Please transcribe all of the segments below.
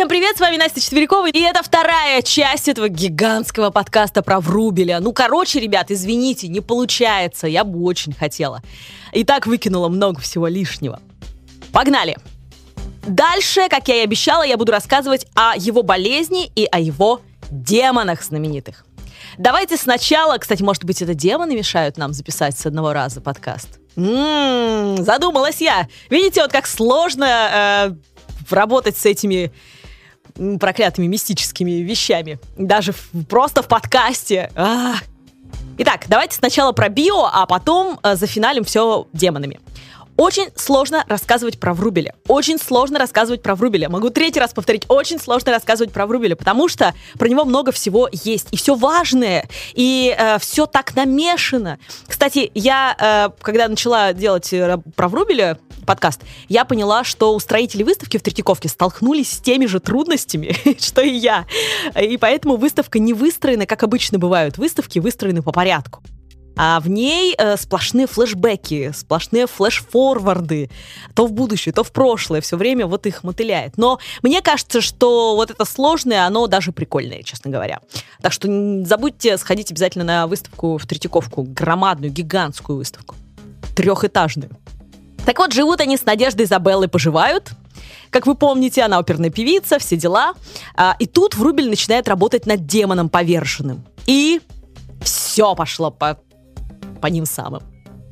Всем привет, с вами Настя Четверякова, и это вторая часть этого гигантского подкаста про Врубеля. Ребят, извините, не получается, я бы очень хотела. И так выкинула много всего лишнего. Погнали! Дальше, как я и обещала, я буду рассказывать о его болезни и о его демонах знаменитых. Давайте сначала, кстати, может быть, это демоны мешают нам записать с одного раза подкаст? Задумалась я. Видите, вот как сложно работать с этими проклятыми мистическими вещами. Даже просто в подкасте. Итак, давайте сначала про био, а потом зафиналим все демонами. Очень сложно рассказывать про Врубеля. Очень сложно рассказывать про Врубеля. Могу третий раз повторить. Очень сложно рассказывать про Врубеля, потому что про него много всего есть. И все важное. И все так намешано. Кстати, я, когда начала делать про Врубеля подкаст, я поняла, что устроители выставки в Третьяковке столкнулись с теми же трудностями, что и я. И поэтому выставка не выстроена, как обычно бывают выставки, выстроены по порядку. А в ней сплошные флешбеки, сплошные флеш-форварды. То в будущее, то в прошлое. Все время вот их мотыляет. Но мне кажется, что вот это сложное, оно даже прикольное, честно говоря. Так что не забудьте сходить обязательно на выставку в Третьяковку. Громадную, гигантскую выставку. 3-этажную. Так вот, живут они с Надеждой Изабеллой, поживают. Как вы помните, она оперная певица, все дела. И тут Врубель начинает работать над демоном поверженным. И все пошло по ним самым.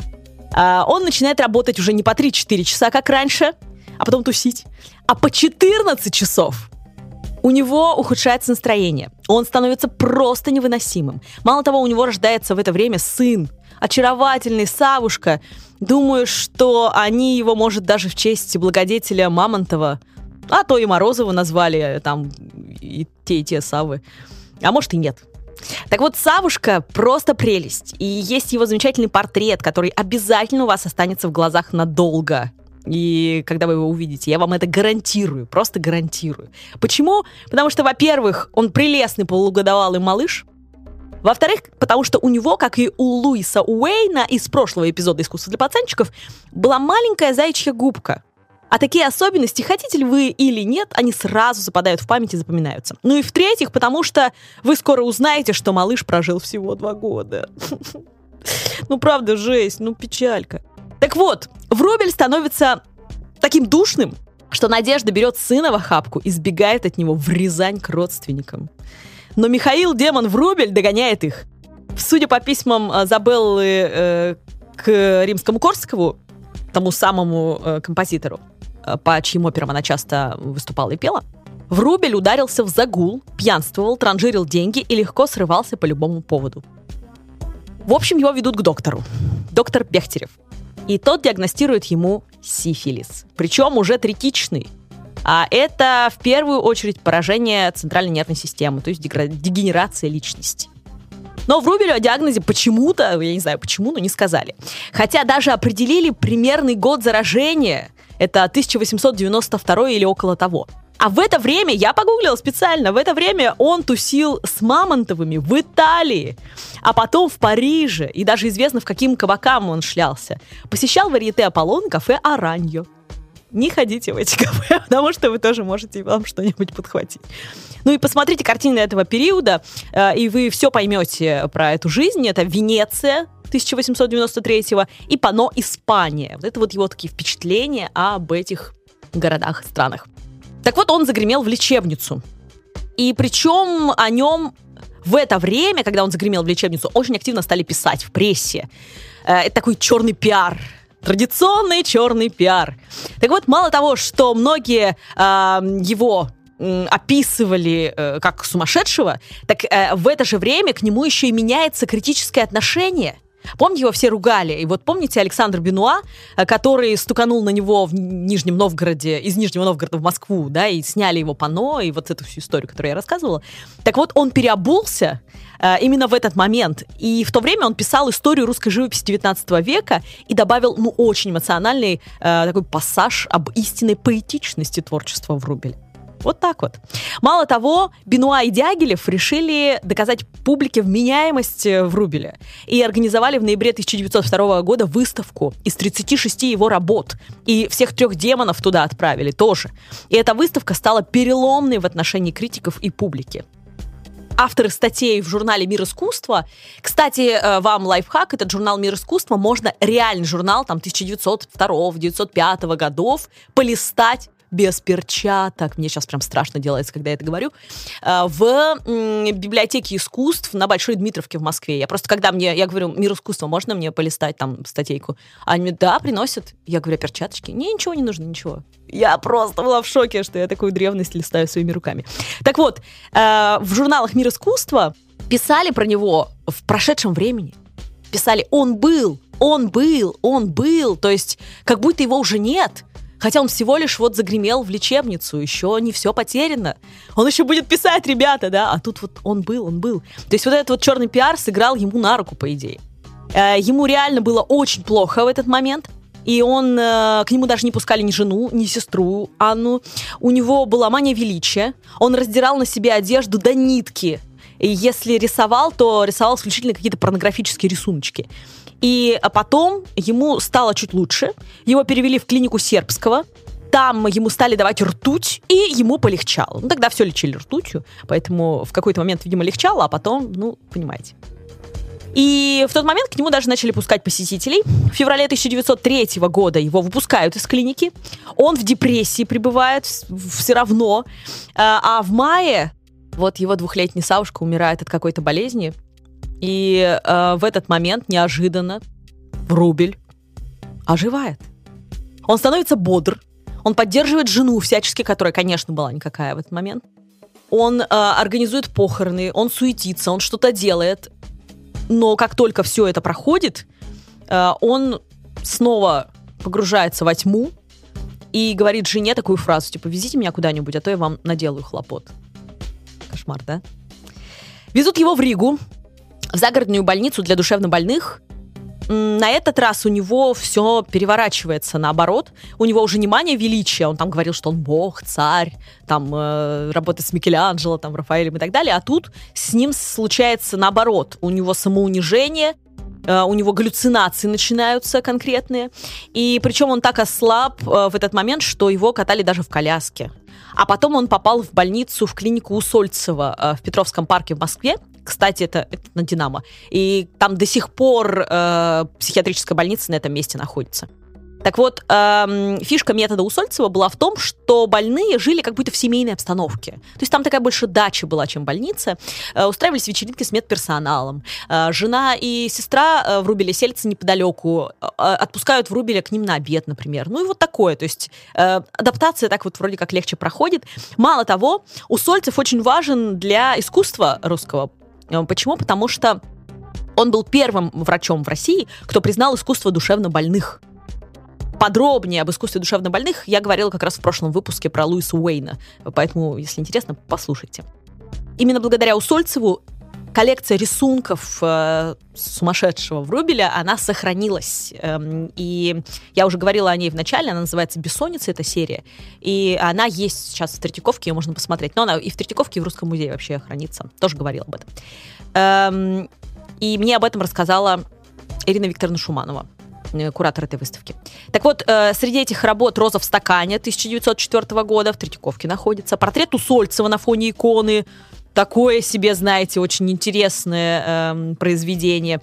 Он начинает работать уже не по 3-4 часа, как раньше, а потом тусить, а по 14 часов. У него ухудшается настроение. Он становится просто невыносимым. Мало того, у него рождается в это время сын, очаровательный Савушка. Думаю, что они его, может, даже в честь благодетеля Мамонтова, а то и Морозова назвали, там и те Саввы. А может и нет. Так вот, Савушка просто прелесть. И есть его замечательный портрет, который обязательно у вас останется в глазах надолго. И когда вы его увидите, я вам это гарантирую, просто гарантирую. Почему? Потому что, во-первых, он прелестный полугодовалый малыш. Во-вторых, потому что у него, как и у Луиса Уэйна из прошлого эпизода «Искусство для пацанчиков», была маленькая заячья губка. А такие особенности, хотите ли вы или нет, они сразу западают в память и запоминаются. Ну и в-третьих, потому что вы скоро узнаете, что малыш прожил всего 2 года. Ну правда, жесть, печалька. Так вот, Врубель становится таким душным, что Надежда берет сына в охапку и сбегает от него в Рязань к родственникам. Но Михаил Демон Врубель догоняет их. Судя по письмам Забеллы к Римскому-Корсакову, тому самому композитору, по чьим операм она часто выступала и пела, Врубель ударился в загул, пьянствовал, транжирил деньги и легко срывался по любому поводу. В общем, его ведут к доктору. Доктор Бехтерев. И тот диагностирует ему сифилис. Причем уже третичный. А это в первую очередь поражение центральной нервной системы, то есть дегенерация личности. Но Врубелю о диагнозе почему-то, я не знаю почему, но не сказали. Хотя даже определили примерный год заражения. Это 1892 или около того. А в это время, я погуглила специально, в это время он тусил с Мамонтовыми в Италии, а потом в Париже, и даже известно, в каким кабакам он шлялся. Посещал варьете Аполлон, кафе Араньо. Не ходите в эти кафе, потому что вы тоже можете вам что-нибудь подхватить. Ну и посмотрите картины этого периода, и вы все поймете про эту жизнь. Это Венеция 1893-го и Пано, Испания. Вот это вот его такие впечатления об этих городах и странах. Так вот, он загремел в лечебницу. И причем о нем в это время, когда он загремел в лечебницу, очень активно стали писать в прессе. Это такой черный пиар. Традиционный черный пиар. Так вот, мало того, что многие его описывали как сумасшедшего, так в это же время к нему еще и меняется критическое отношение. Помните, его все ругали? И вот помните Александр Бенуа, который стуканул на него в Нижнем Новгороде, из Нижнего Новгорода в Москву, да, и сняли его панно, и вот эту всю историю, которую я рассказывала. Так вот, он переобулся именно в этот момент. И в то время он писал историю русской живописи 19 века и добавил, очень эмоциональный такой пассаж об истинной поэтичности творчества Врубеля. Вот так вот. Мало того, Бенуа и Дягилев решили доказать публике вменяемость Врубеля и организовали в ноябре 1902 года выставку из 36 его работ. И всех 3 демонов туда отправили тоже. И эта выставка стала переломной в отношении критиков и публики. Авторы статей в журнале «Мир искусства». Кстати, вам лайфхак, этот журнал «Мир искусства», можно реальный журнал там 1902-1905 годов полистать без перчаток. Мне сейчас прям страшно делается, когда я это говорю. В библиотеке искусств на Большой Дмитровке в Москве. Я просто, когда я говорю, «Мир искусства», можно мне полистать там статейку? Они мне, да, приносят. Я говорю, перчаточки? Не, ничего не нужно, ничего. Я просто была в шоке, что я такую древность листаю своими руками. Так вот, в журналах «Мир искусства» писали про него в прошедшем времени. Писали «он был», то есть как будто его уже нет. Хотя он всего лишь вот загремел в лечебницу, еще не все потеряно. Он еще будет писать, ребята, да? А тут вот он был. То есть вот этот вот черный пиар сыграл ему на руку, по идее. Ему реально было очень плохо в этот момент. И к нему даже не пускали ни жену, ни сестру Анну. У него была мания величия. Он раздирал на себе одежду до нитки. И если рисовал, то рисовал исключительно какие-то порнографические рисуночки. И потом ему стало чуть лучше. Его перевели в клинику Сербского. Там ему стали давать ртуть, и ему полегчало. Ну, тогда все лечили ртутью, поэтому в какой-то момент, видимо, легчало, а потом, понимаете. И в тот момент к нему даже начали пускать посетителей. В феврале 1903 года его выпускают из клиники. Он в депрессии пребывает все равно. А в мае вот его 2-летний Савушка умирает от какой-то болезни. И в этот момент неожиданно Врубель оживает. Он становится бодр. Он поддерживает жену всячески, которая, конечно, была никакая в этот момент. Он организует похороны, он суетится, он что-то делает. Но как только все это проходит, он снова погружается во тьму и говорит жене такую фразу, типа, везите меня куда-нибудь, а то я вам наделаю хлопот. Кошмар, да? Везут его в Ригу, в загородную больницу для душевнобольных. На этот раз у него все переворачивается наоборот. У него уже не мания величия, он там говорил, что он бог, царь, там работает с Микеланджело, там, Рафаэлем и так далее, а тут с ним случается наоборот. У него самоунижение, у него галлюцинации начинаются конкретные, и причем он так ослаб в этот момент, что его катали даже в коляске. А потом он попал в больницу, в клинику Усольцева в Петровском парке в Москве. Кстати, это на Динамо. И там до сих пор психиатрическая больница на этом месте находится. Так вот, фишка метода Усольцева была в том, что больные жили как будто в семейной обстановке. То есть там такая больше дача была, чем больница. Устраивались вечеринки с медперсоналом. Жена и сестра Врубеля селятся неподалеку, отпускают Врубеля к ним на обед, например. Ну и вот такое. То есть адаптация так вот вроде как легче проходит. Мало того, Усольцев очень важен для искусства русского. Почему? Потому что он был первым врачом в России, кто признал искусство душевнобольных. Подробнее об искусстве душевнобольных я говорила как раз в прошлом выпуске про Луиса Уэйна. Поэтому, если интересно, послушайте. Именно благодаря Усольцеву коллекция рисунков сумасшедшего Врубеля, она сохранилась. И я уже говорила о ней в начале, она называется «Бессонница», эта серия. И она есть сейчас в Третьяковке, ее можно посмотреть. Но она и в Третьяковке, и в Русском музее вообще хранится. Тоже говорила об этом. И мне об этом рассказала Ирина Викторовна Шуманова, куратор этой выставки. Так вот, среди этих работ «Роза в стакане» 1904 года в Третьяковке находится. Портрет Усольцева на фоне иконы. Такое себе, знаете, очень интересное произведение.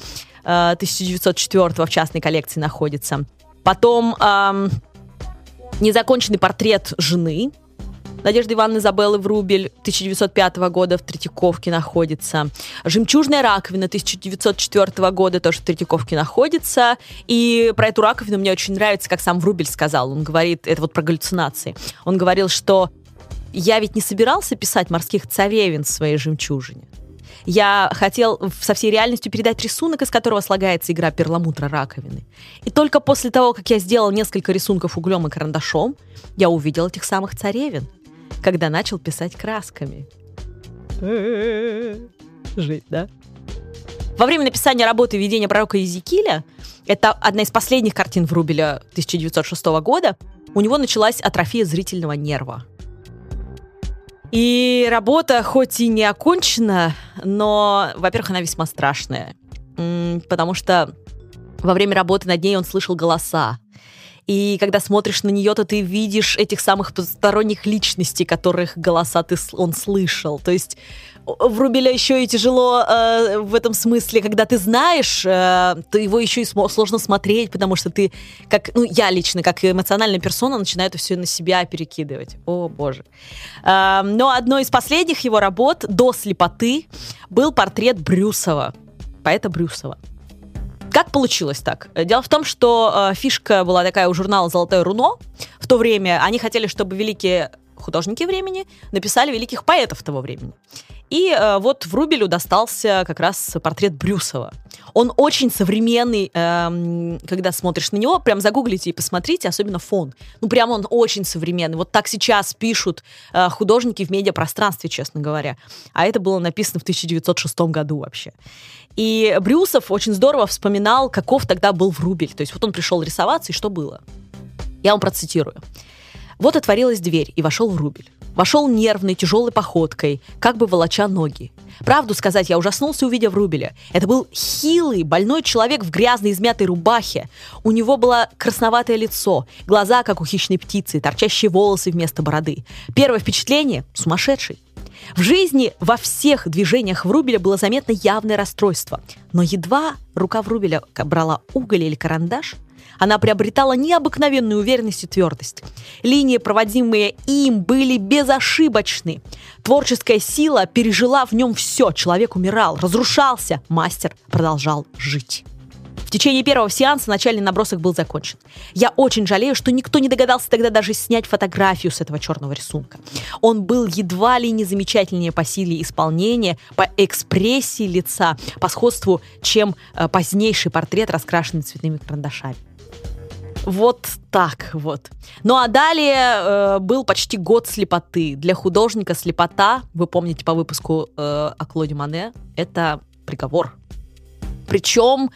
1904 в частной коллекции находится. Потом незаконченный портрет жены Надежды Ивановны Изабеллы Врубель 1905 года в Третьяковке находится. «Жемчужная раковина» 1904 года тоже в Третьяковке находится. И про эту раковину мне очень нравится, как сам Врубель сказал. Он говорит, это вот про галлюцинации. Он говорил, что я ведь не собирался писать морских царевин в своей жемчужине. Я хотел со всей реальностью передать рисунок, из которого слагается игра перламутра раковины. И только после того, как я сделал несколько рисунков углем и карандашом, я увидел этих самых царевин, когда начал писать красками. Жить, да? Во время написания работы «Видение пророка Иезекииля», это одна из последних картин Врубеля 1906 года, у него началась атрофия зрительного нерва. И работа хоть и не окончена, но, во-первых, она весьма страшная, потому что во время работы над ней он слышал голоса. И когда смотришь на нее, то ты видишь этих самых посторонних личностей, которых голоса он слышал. То есть Врубеля еще и тяжело в этом смысле, когда ты знаешь, то его еще и сложно смотреть, потому что ты, я лично, как эмоциональная персона, начинаю это все на себя перекидывать. О, боже. Но одной из последних его работ до слепоты был портрет Брюсова, поэта Брюсова. Как получилось так? Дело в том, что фишка была такая у журнала «Золотое руно». В то время они хотели, чтобы великие художники времени написали великих поэтов того времени. И вот Врубелю достался как раз портрет Брюсова. Он очень современный, когда смотришь на него, прям загуглите и посмотрите, особенно фон. Прям он очень современный. Вот так сейчас пишут художники в медиапространстве, честно говоря. А это было написано в 1906 году вообще. И Брюсов очень здорово вспоминал, каков тогда был Врубель. То есть вот он пришел рисоваться, и что было? Я вам процитирую. Вот отворилась дверь, и вошел Врубель. Вошел нервной, тяжелой походкой, как бы волоча ноги. Правду сказать, я ужаснулся, увидев Врубеля. Это был хилый, больной человек в грязной, измятой рубахе. У него было красноватое лицо, глаза, как у хищной птицы, торчащие волосы вместо бороды. Первое впечатление – сумасшедший. В жизни во всех движениях Врубеля было заметно явное расстройство. Но едва рука Врубеля брала уголь или карандаш, она приобретала необыкновенную уверенность и твердость. Линии, проводимые им, были безошибочны. Творческая сила пережила в нем все. Человек умирал, разрушался, мастер продолжал жить. В течение первого сеанса начальный набросок был закончен. Я очень жалею, что никто не догадался тогда даже снять фотографию с этого черного рисунка. Он был едва ли не замечательнее по силе исполнения, по экспрессии лица, по сходству, чем позднейший портрет, раскрашенный цветными карандашами. Вот так вот. Ну а далее был почти год слепоты. Для художника слепота, вы помните по выпуску о Клоде Моне, это приговор. Причем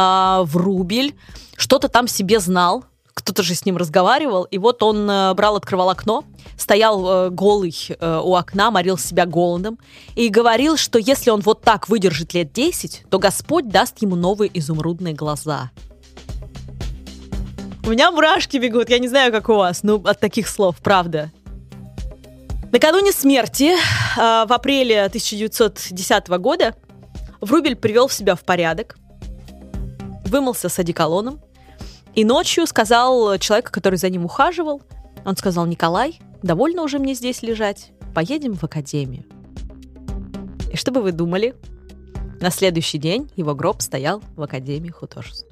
Врубель что-то там себе знал, кто-то же с ним разговаривал, и вот он открывал окно, стоял голый у окна, морил себя голодом, и говорил, что если он вот так выдержит лет 10, то Господь даст ему новые изумрудные глаза. У меня мурашки бегут, я не знаю, как у вас, от таких слов, правда. Накануне смерти, в апреле 1910 года, Врубель привел себя в порядок, вымылся с одеколоном, и ночью сказал человеку, который за ним ухаживал, он сказал: «Николай, довольно уже мне здесь лежать, поедем в академию». И что бы вы думали? На следующий день его гроб стоял в Академии художеств.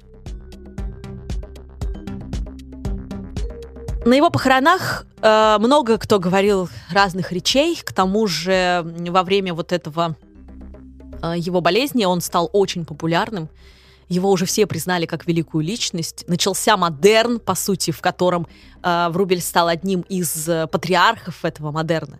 На его похоронах много кто говорил разных речей, к тому же во время вот этого его болезни он стал очень популярным, его уже все признали как великую личность. Начался модерн, по сути, в котором Врубель стал одним из патриархов этого модерна.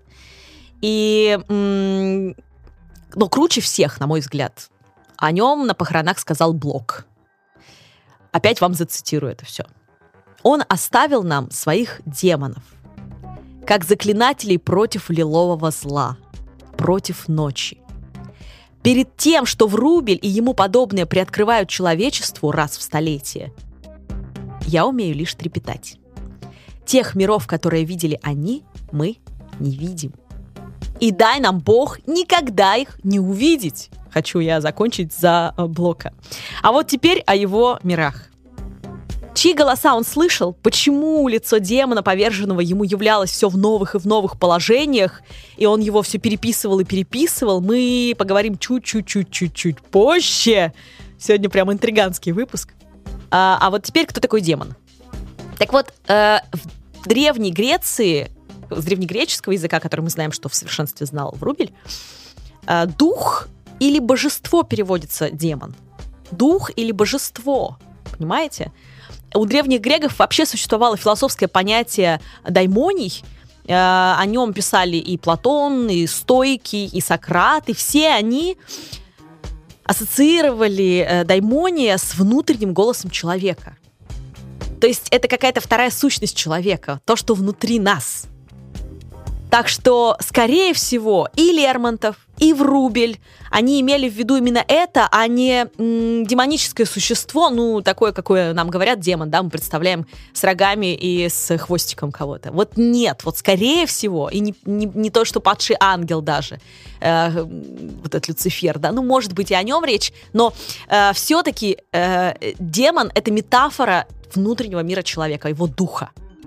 Но круче всех, на мой взгляд, о нем на похоронах сказал Блок. Опять вам зацитирую это все. Он оставил нам своих демонов, как заклинателей против лилового зла, против ночи. Перед тем, что Врубель и ему подобные приоткрывают человечеству раз в столетие, я умею лишь трепетать. Тех миров, которые видели они, мы не видим. И дай нам Бог никогда их не увидеть. Хочу я закончить за Блока. А вот теперь о его мирах. Чьи голоса он слышал, почему лицо демона, поверженного, ему являлось все в новых и в новых положениях, и он его все переписывал и переписывал, мы поговорим чуть-чуть позже. Сегодня прям интриганский выпуск. А вот теперь кто такой демон? Так вот, в Древней Греции, с древнегреческого языка, который мы знаем, что в совершенстве знал Врубель, дух или божество переводится демон. Дух или божество, понимаете? У древних греков вообще существовало философское понятие даймоний. О нем писали и Платон, и стойки, и Сократ, и все они ассоциировали даймония с внутренним голосом человека. То есть это какая-то вторая сущность человека, то, что внутри нас. Так что, скорее всего, и Лермонтов, и Врубель, они имели в виду именно это, а не демоническое существо, ну, такое, какое нам говорят демон, да, мы представляем с рогами и с хвостиком кого-то. Вот нет, вот скорее всего, и не то, что падший ангел даже, вот этот Люцифер, да, ну, может быть, и о нем речь, но все-таки демон — это метафора внутреннего мира человека, его духа.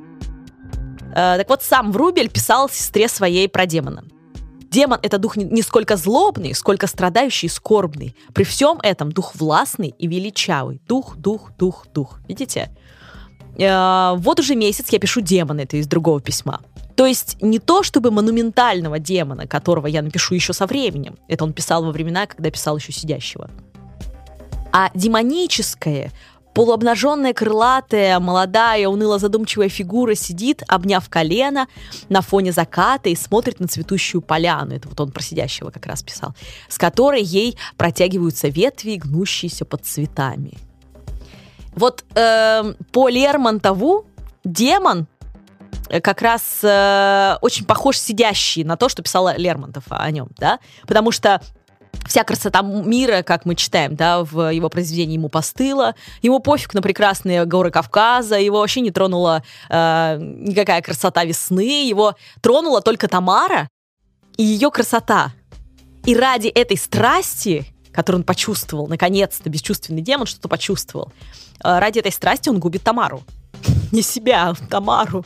Так вот, сам Врубель писал сестре своей про демона. Демон — это дух не сколько злобный, сколько страдающий и скорбный. При всем этом дух властный и величавый. Дух. Видите? Вот уже месяц я пишу демона, это из другого письма. То есть не то, чтобы монументального демона, которого я напишу еще со временем. Это он писал во времена, когда писал еще сидящего. А демоническое, полуобнаженная, крылатая, молодая, уныло-задумчивая фигура сидит, обняв колено на фоне заката и смотрит на цветущую поляну. Это вот он про сидящего как раз писал. С которой ей протягиваются ветви, гнущиеся под цветами. Вот по Лермонтову демон как раз очень похож сидящий на то, что писал Лермонтов о нем, да? Потому что вся красота мира, как мы читаем, да, в его произведении, ему постыла, ему пофиг на прекрасные горы Кавказа, его вообще не тронула никакая красота весны, его тронула только Тамара и ее красота. И ради этой страсти, которую он почувствовал, наконец-то бесчувственный демон что-то почувствовал, ради этой страсти он губит Тамару. Не себя, а Тамару.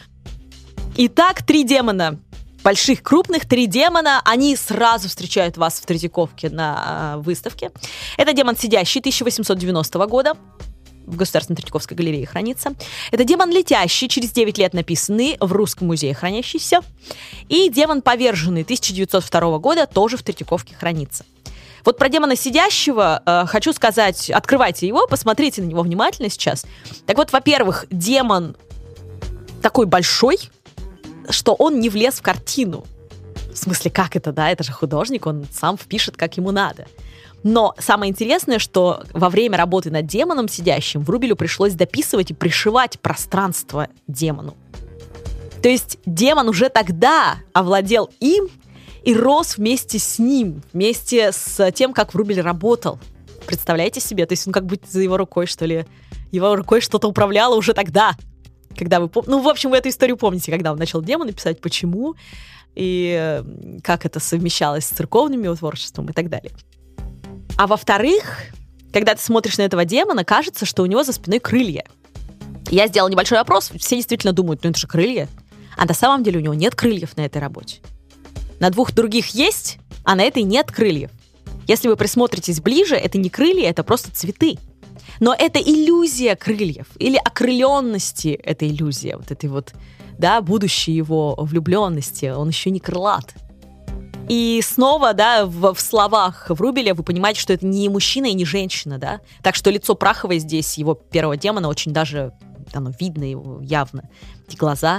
Итак, 3 демона. Больших, крупных, 3 демона, они сразу встречают вас в Третьяковке на выставке. Это демон сидящий 1890 года, в Государственной Третьяковской галерее хранится. Это демон летящий, через 9 лет написанный, в Русском музее хранящийся. И демон поверженный 1902 года, тоже в Третьяковке хранится. Вот про демона сидящего хочу сказать, открывайте его, посмотрите на него внимательно сейчас. Так вот, во-первых, демон такой большой, что он не влез в картину. В смысле, как это, да? Это же художник, он сам впишет, как ему надо. Но самое интересное, что во время работы над демоном сидящим Врубелю пришлось дописывать и пришивать пространство демону. То есть демон уже тогда овладел им и рос вместе с ним, вместе с тем, как Врубель работал. Представляете себе? То есть он как будто за его рукой, что ли, его рукой что-то управляло уже тогда. Когда вы ну, в общем, вы эту историю помните, когда он начал демона писать, почему, и как это совмещалось с церковным его творчеством и так далее. А во-вторых, когда ты смотришь на этого демона, кажется, что у него за спиной крылья. Я сделала небольшой опрос, все действительно думают, ну это же крылья. А на самом деле у него нет крыльев на этой работе. На 2 других есть, а на этой нет крыльев. Если вы присмотритесь ближе, это не крылья, это просто цветы. Но это иллюзия крыльев или окрыленности, эта иллюзия, вот этой вот, да, будущей его влюбленности, он еще не крылат. И снова, да, в словах Врубеля вы понимаете, что это не мужчина и не женщина, да, так что лицо Праховой здесь, его первого демона, очень даже, оно видно его явно, эти глаза.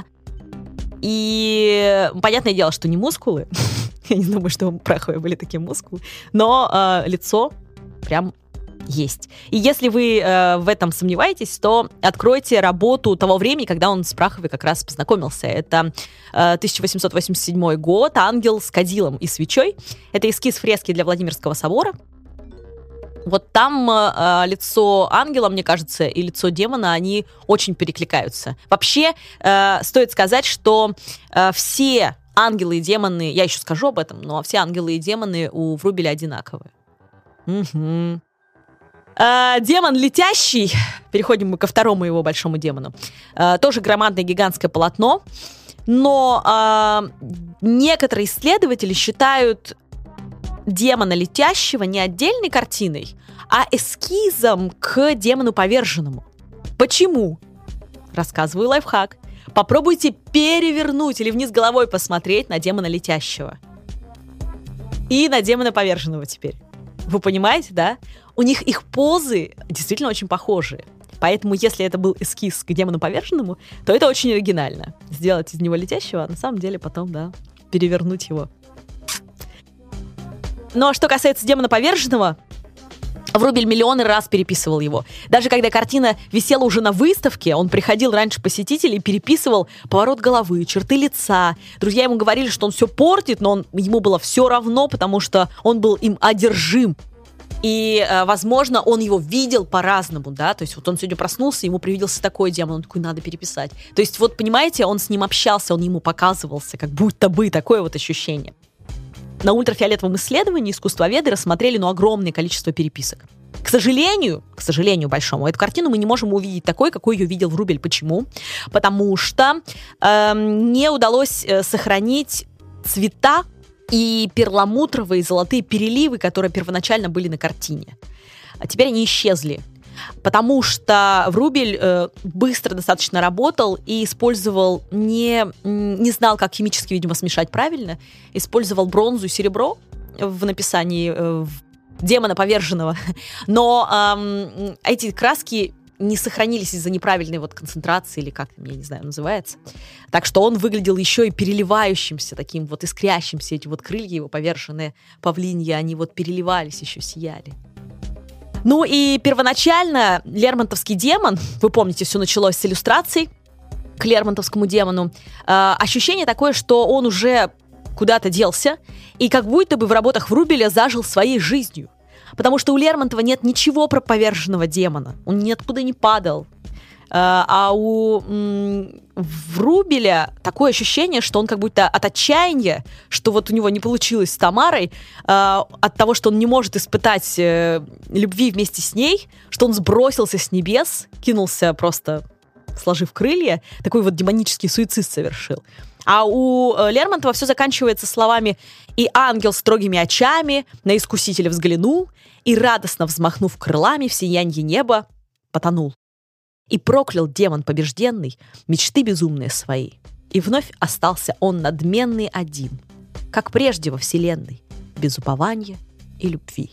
И понятное дело, что не мускулы, я не думаю, что у Праховой были такие мускулы, но лицо прям есть. И если вы в этом сомневаетесь, то откройте работу того времени, когда он с Праховой как раз познакомился. Это 1887 год, «Ангел с кадилом и свечой». Это эскиз фрески для Владимирского собора. Вот там лицо ангела, мне кажется, и лицо демона, они очень перекликаются. Вообще, стоит сказать, что все ангелы и демоны, я еще скажу об этом, но все ангелы и демоны у Врубеля одинаковые. Угу. Демон летящий, переходим мы ко второму его большому демону, тоже громадное гигантское полотно, но некоторые исследователи считают демона летящего не отдельной картиной, а эскизом к демону поверженному. Почему? Рассказываю лайфхак. Попробуйте перевернуть или вниз головой посмотреть на демона летящего. И на демона поверженного теперь. Вы понимаете, да? У них их позы действительно очень похожие. Поэтому, если это был эскиз к демону поверженному, то это очень оригинально. Сделать из него летящего, а на самом деле потом, да, перевернуть его. Но что касается демона поверженного, Врубель миллионы раз переписывал его. Даже когда картина висела уже на выставке, он приходил раньше посетителей и переписывал поворот головы, черты лица. Друзья ему говорили, что он все портит, но ему было все равно, потому что он был им одержим. И, возможно, он его видел по-разному, да, то есть вот он сегодня проснулся, ему привиделся такой демон, он такой, надо переписать. То есть вот, понимаете, он с ним общался, он ему показывался, как будто бы такое вот ощущение. На ультрафиолетовом исследовании искусствоведы рассмотрели огромное количество переписок. К сожалению большому, эту картину мы не можем увидеть такой, какой ее видел Врубель. Почему? Потому что не удалось сохранить цвета и перламутровые золотые переливы, которые первоначально были на картине. А теперь они исчезли. Потому что Врубель быстро достаточно работал и использовал, не знал, как химически, видимо, смешать правильно, использовал бронзу и серебро в написании демона поверженного. Но эти краски не сохранились из-за неправильной вот концентрации, или как, я не знаю, называется. Так что он выглядел еще и переливающимся, таким вот искрящимся. Эти вот крылья его поверженные павлинья, они вот переливались, еще сияли. Ну и первоначально Лермонтовский демон, вы помните, все началось с иллюстраций к Лермонтовскому демону. Ощущение такое, что он уже куда-то делся, и как будто бы в работах Врубеля зажил своей жизнью. Потому что у Лермонтова нет ничего про поверженного демона. Он ниоткуда не падал. А у Врубеля такое ощущение, что он как будто от отчаяния, что вот у него не получилось с Тамарой, от того, что он не может испытать любви вместе с ней, что он сбросился с небес, кинулся просто, сложив крылья, такой вот демонический суицид совершил. А у Лермонтова все заканчивается словами «И ангел строгими очами на искусителя взглянул, и, радостно взмахнув крылами в сиянье неба, потонул. И проклял демон побежденный мечты безумные свои. И вновь остался он надменный один, как прежде во вселенной, без упования и любви».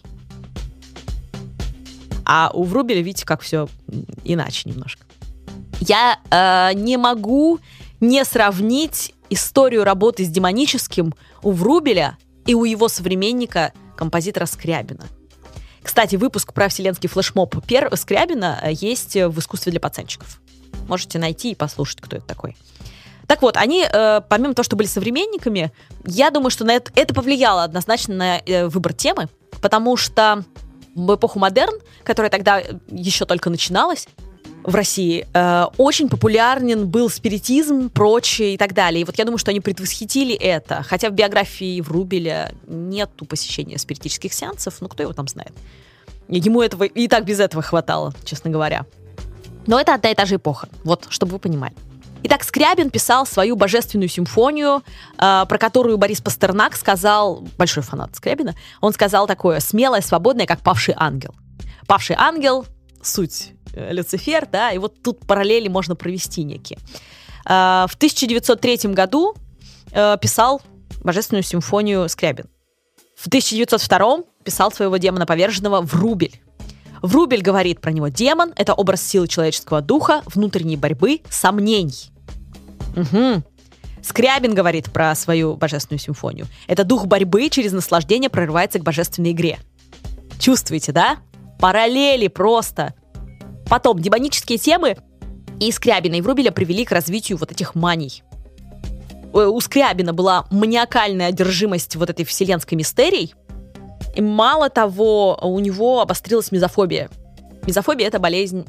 А у Врубеля, видите, как все иначе немножко. Я не могу не сравнить историю работы с демоническим у Врубеля и у его современника, композитора Скрябина. Кстати, выпуск про вселенский флешмоб Скрябина есть в «Искусстве для пацанчиков». Можете найти и послушать, кто это такой. Так вот, они, помимо того, что были современниками, я думаю, что это повлияло однозначно на выбор темы, потому что в эпоху модерн, которая тогда еще только начиналась в России, очень популярен был спиритизм, прочее и так далее. И вот я думаю, что они предвосхитили это. Хотя в биографии Врубеля нету посещения спиритических сеансов, ну кто его там знает. Ему этого и так без этого хватало, честно говоря. Но это одна и та же эпоха, вот, чтобы вы понимали. Итак, Скрябин писал свою божественную симфонию, про которую Борис Пастернак сказал, большой фанат Скрябина, он сказал такое: смелое, свободное, как павший ангел. Павший ангел, суть Люцифер, да, и вот тут параллели можно провести некие. В 1903 году писал божественную симфонию Скрябин. В 1902 писал своего демона поверженного Врубель. Врубель говорит про него: демон — это образ силы человеческого духа, внутренней борьбы, сомнений. Угу. Скрябин говорит про свою божественную симфонию: это дух борьбы через наслаждение прорывается к божественной игре. Чувствуете, да? Параллели просто. Потом демонические темы и Скрябина, и Врубеля привели к развитию вот этих маний. У Скрябина была маниакальная одержимость вот этой вселенской мистерией. И мало того, у него обострилась мизофобия. Мизофобия — это боязнь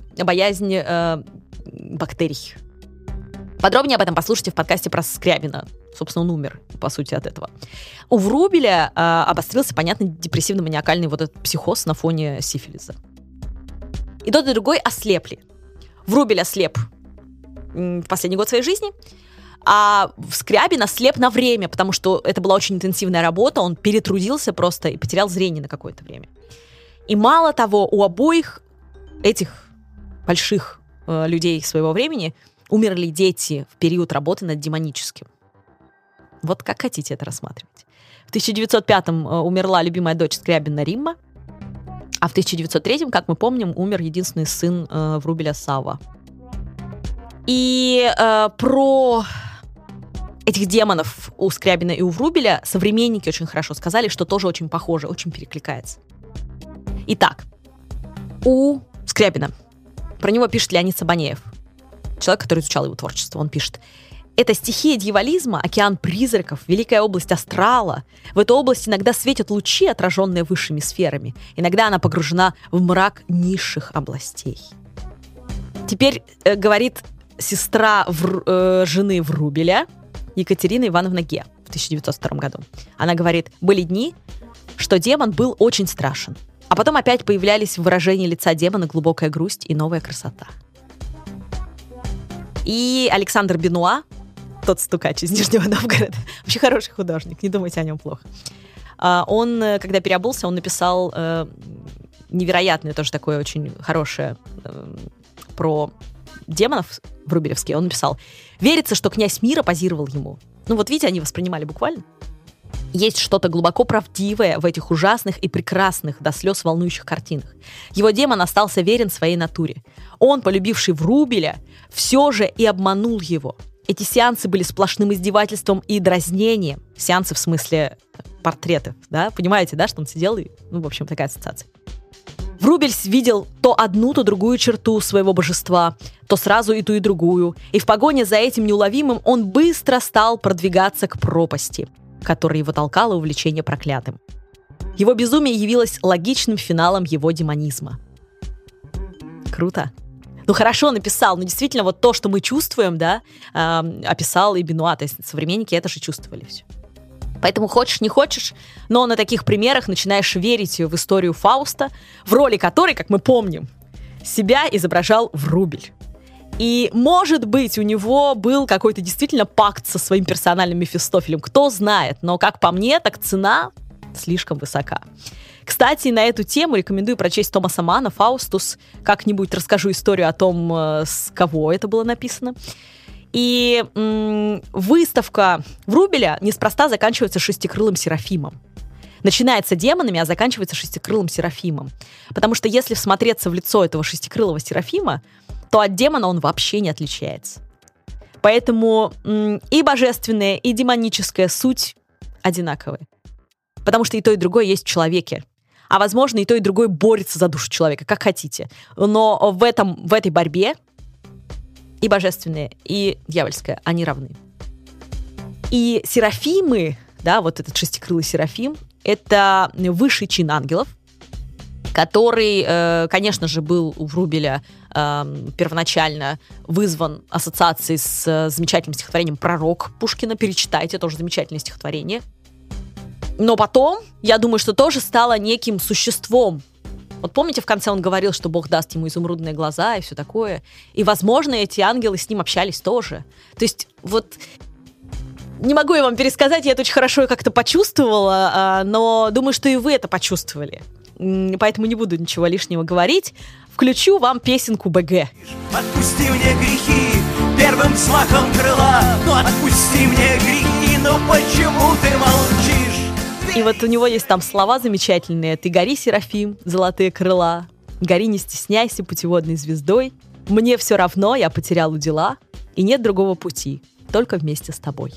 бактерий. Подробнее об этом послушайте в подкасте про Скрябина. Собственно, он умер, по сути, от этого. У Врубеля обострился, понятно, депрессивно-маниакальный вот этот психоз на фоне сифилиса. И тот, и другой ослепли. Врубель ослеп в последний год своей жизни, а Скрябин ослеп на время, потому что это была очень интенсивная работа, он перетрудился просто и потерял зрение на какое-то время. И мало того, у обоих этих больших людей своего времени умерли дети в период работы над демоническим. Вот как хотите это рассматривать. В 1905-м умерла любимая дочь Скрябина Римма, а в 1903-м, как мы помним, умер единственный сын Врубеля Савва. И про этих демонов у Скрябина и у Врубеля современники очень хорошо сказали, что тоже очень похоже, очень перекликается. Итак, у Скрябина. Про него пишет Леонид Сабанеев, человек, который изучал его творчество. Он пишет: «Это стихия дьяволизма, океан призраков, великая область астрала. В эту область иногда светят лучи, отраженные высшими сферами. Иногда она погружена в мрак низших областей». Теперь говорит сестра жены Врубеля, Екатерина Ивановна Ге, в 1902 году. Она говорит: «Были дни, что демон был очень страшен. А потом опять появлялись в выражении лица демона глубокая грусть и новая красота». И Александр Бенуа, тот стукач из Нижнего Новгорода, вообще хороший художник, не думайте о нем плохо. Он, когда переобулся, он написал невероятное, тоже такое очень хорошее про демонов врубелевские. Он написал: «Верится, что князь мира позировал ему». Ну вот видите, они воспринимали буквально. Есть что-то глубоко правдивое в этих ужасных и прекрасных до слез волнующих картинах. Его демон остался верен своей натуре. Он, полюбивший Врубеля, все же и обманул его. Эти сеансы были сплошным издевательством и дразнением. Сеансы в смысле портретов, да? Понимаете, да, что он сидел и, в общем, такая ассоциация. Врубель видел то одну, то другую черту своего божества, то сразу и ту, и другую. И в погоне за этим неуловимым он быстро стал продвигаться к пропасти, которая его толкала увлечение проклятым. Его безумие явилось логичным финалом его демонизма. Круто. Ну хорошо написал, но действительно вот то, что мы чувствуем, да, описал и Бенуа, то есть современники это же чувствовали все. Поэтому хочешь, не хочешь, но на таких примерах начинаешь верить в историю Фауста, в роли которой, как мы помним, себя изображал Врубель. И, может быть, у него был какой-то действительно пакт со своим персональным Мефистофелем, кто знает, но, как по мне, так цена слишком высока. Кстати, на эту тему рекомендую прочесть Томаса Манна «Фаустус». Как-нибудь расскажу историю о том, с кого это было написано. И выставка Врубеля неспроста заканчивается шестикрылым Серафимом. Начинается демонами, а заканчивается шестикрылым Серафимом. Потому что если всмотреться в лицо этого шестикрылого Серафима, то от демона он вообще не отличается. Поэтому и божественная, и демоническая суть одинаковые. Потому что и то, и другое есть в человеке. А возможно, и то, и другое борется за душу человека, как хотите. Но в этой борьбе и божественное, и дьявольское, они равны. И серафимы, да, вот этот шестикрылый Серафим, это высший чин ангелов, который, конечно же, был у Врубеля первоначально вызван ассоциацией с замечательным стихотворением «Пророк» Пушкина. Перечитайте, тоже замечательное стихотворение. Но потом, я думаю, что тоже стало неким существом. Вот помните, в конце он говорил, что Бог даст ему изумрудные глаза и все такое. И, возможно, эти ангелы с ним общались тоже. То есть вот не могу я вам пересказать, я это очень хорошо как-то почувствовала, но думаю, что и вы это почувствовали. Поэтому не буду ничего лишнего говорить. Включу вам песенку БГ. Отпусти мне грехи первым взмахом крыла. Ну отпусти мне грехи, но почему ты молчишь? И вот у него есть там слова замечательные. «Ты гори, Серафим, золотые крыла, гори, не стесняйся путеводной звездой. Мне все равно, я потерял удила, и нет другого пути, только вместе с тобой».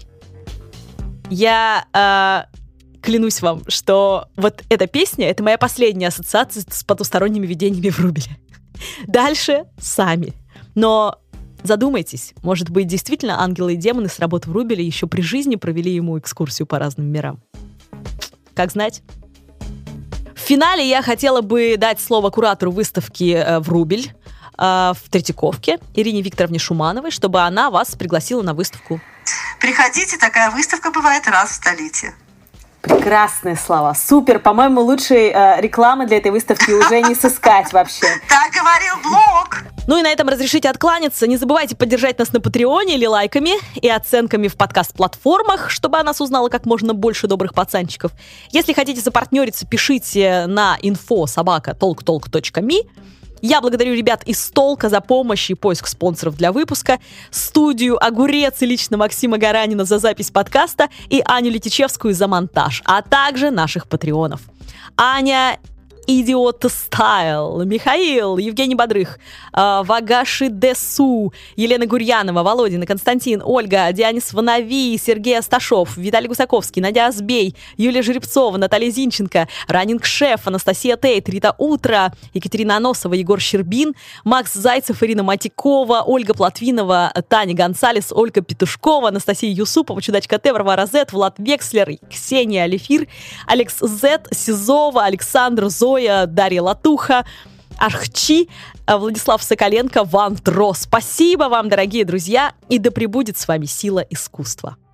Я клянусь вам, что вот эта песня — это моя последняя ассоциация с потусторонними видениями Врубеля. Дальше сами. Но задумайтесь, может быть, действительно ангелы и демоны с работы Врубеля еще при жизни провели ему экскурсию по разным мирам. Как знать. В финале я хотела бы дать слово куратору выставки «Врубель» в Третьяковке, Ирине Викторовне Шумановой, чтобы она вас пригласила на выставку. Приходите, такая выставка бывает раз в столетии. Прекрасные слова. Супер. По-моему, лучшей рекламы для этой выставки уже не сыскать вообще. Так говорил блог. Ну и на этом разрешите откланяться. Не забывайте поддержать нас на Патреоне или лайками и оценками в подкаст-платформах, чтобы о нас узнало как можно больше добрых пацанчиков. Если хотите запартнериться, пишите на info@talktalk.me. Я благодарю ребят из Толка за помощь и поиск спонсоров для выпуска, студию «Огурец» и лично Максима Гаранина за запись подкаста и Аню Летичевскую за монтаж, а также наших патреонов. Аня Idiot Style, Михаил, Евгений Бодрых, Вагаши Десу, Елена Гурьянова, Володина, Константин, Ольга, Дионис Ванави, Сергей Асташов, Виталий Гусаковский, Надя Азбей, Юлия Жеребцова, Наталья Зинченко, Раннинг Шеф, Анастасия Тейт, Рита Утро, Екатерина Аносова, Егор Щербин, Макс Зайцев, Ирина Матикова, Ольга Платвинова, Таня Гонсалес, Ольга Петушкова, Анастасия Юсупова, Чудачка Т, Варвара Зет, Влад Векслер, Ксения Алифир, Алекс Зет, Сизова, Александр, Зоя, Дарья Латуха, Архчи, Владислав Соколенко, Ван Тро. Спасибо вам, дорогие друзья, и да пребудет с вами сила искусства.